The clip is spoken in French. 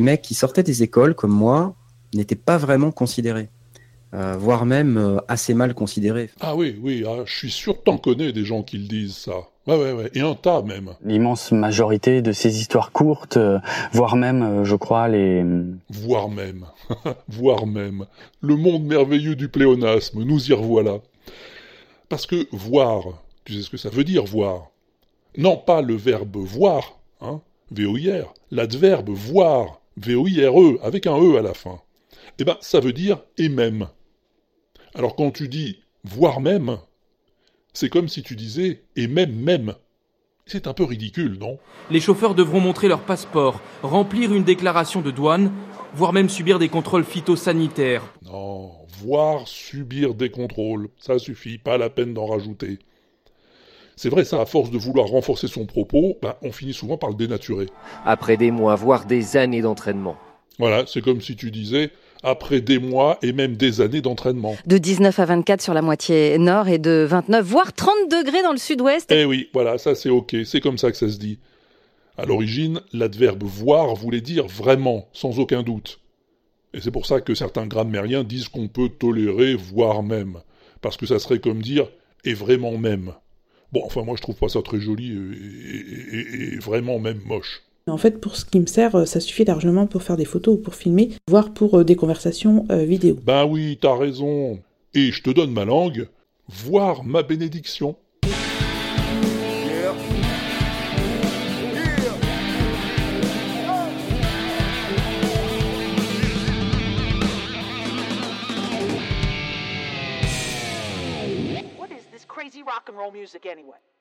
mecs qui sortaient des écoles comme moi n'étaient pas vraiment considérés, voire même assez mal considérés. Ah oui, je suis sûr que t'en connais des gens qui le disent, ça. Ouais, et un tas même. L'immense majorité de ces histoires courtes, voire même, je crois, Voire même. Voire même. Le monde merveilleux du pléonasme, nous y revoilà. Parce que voir, tu sais ce que ça veut dire, voir? Non, pas le verbe voir, hein, V-O-I-R, l'adverbe voir, V-O-I-R-E, avec un E à la fin. Eh ben, ça veut dire « et même ». Alors quand tu dis « voire même », c'est comme si tu disais « et même ». C'est un peu ridicule, non? Les chauffeurs devront montrer leur passeport, remplir une déclaration de douane, voire même subir des contrôles phytosanitaires. Non, voire subir des contrôles, ça suffit, pas la peine d'en rajouter. C'est vrai, ça, à force de vouloir renforcer son propos, on finit souvent par le dénaturer. Après des mois, voire des années d'entraînement. Voilà, c'est comme si tu disais après des mois et même des années d'entraînement. De 19 à 24 sur la moitié nord et de 29, voire 30 degrés dans le sud-ouest. Eh oui, voilà, ça c'est ok, c'est comme ça que ça se dit. À l'origine, l'adverbe voir voulait dire vraiment, sans aucun doute. Et c'est pour ça que certains grammairiens disent qu'on peut tolérer voire même, parce que ça serait comme dire et vraiment même. Bon, enfin moi je trouve pas ça très joli et vraiment même moche. En fait, pour ce qui me sert, ça suffit largement pour faire des photos ou pour filmer, voire pour des conversations vidéo. Ben oui, t'as raison. Et je te donne ma langue, voire ma bénédiction. What is this crazy rock and roll music anyway?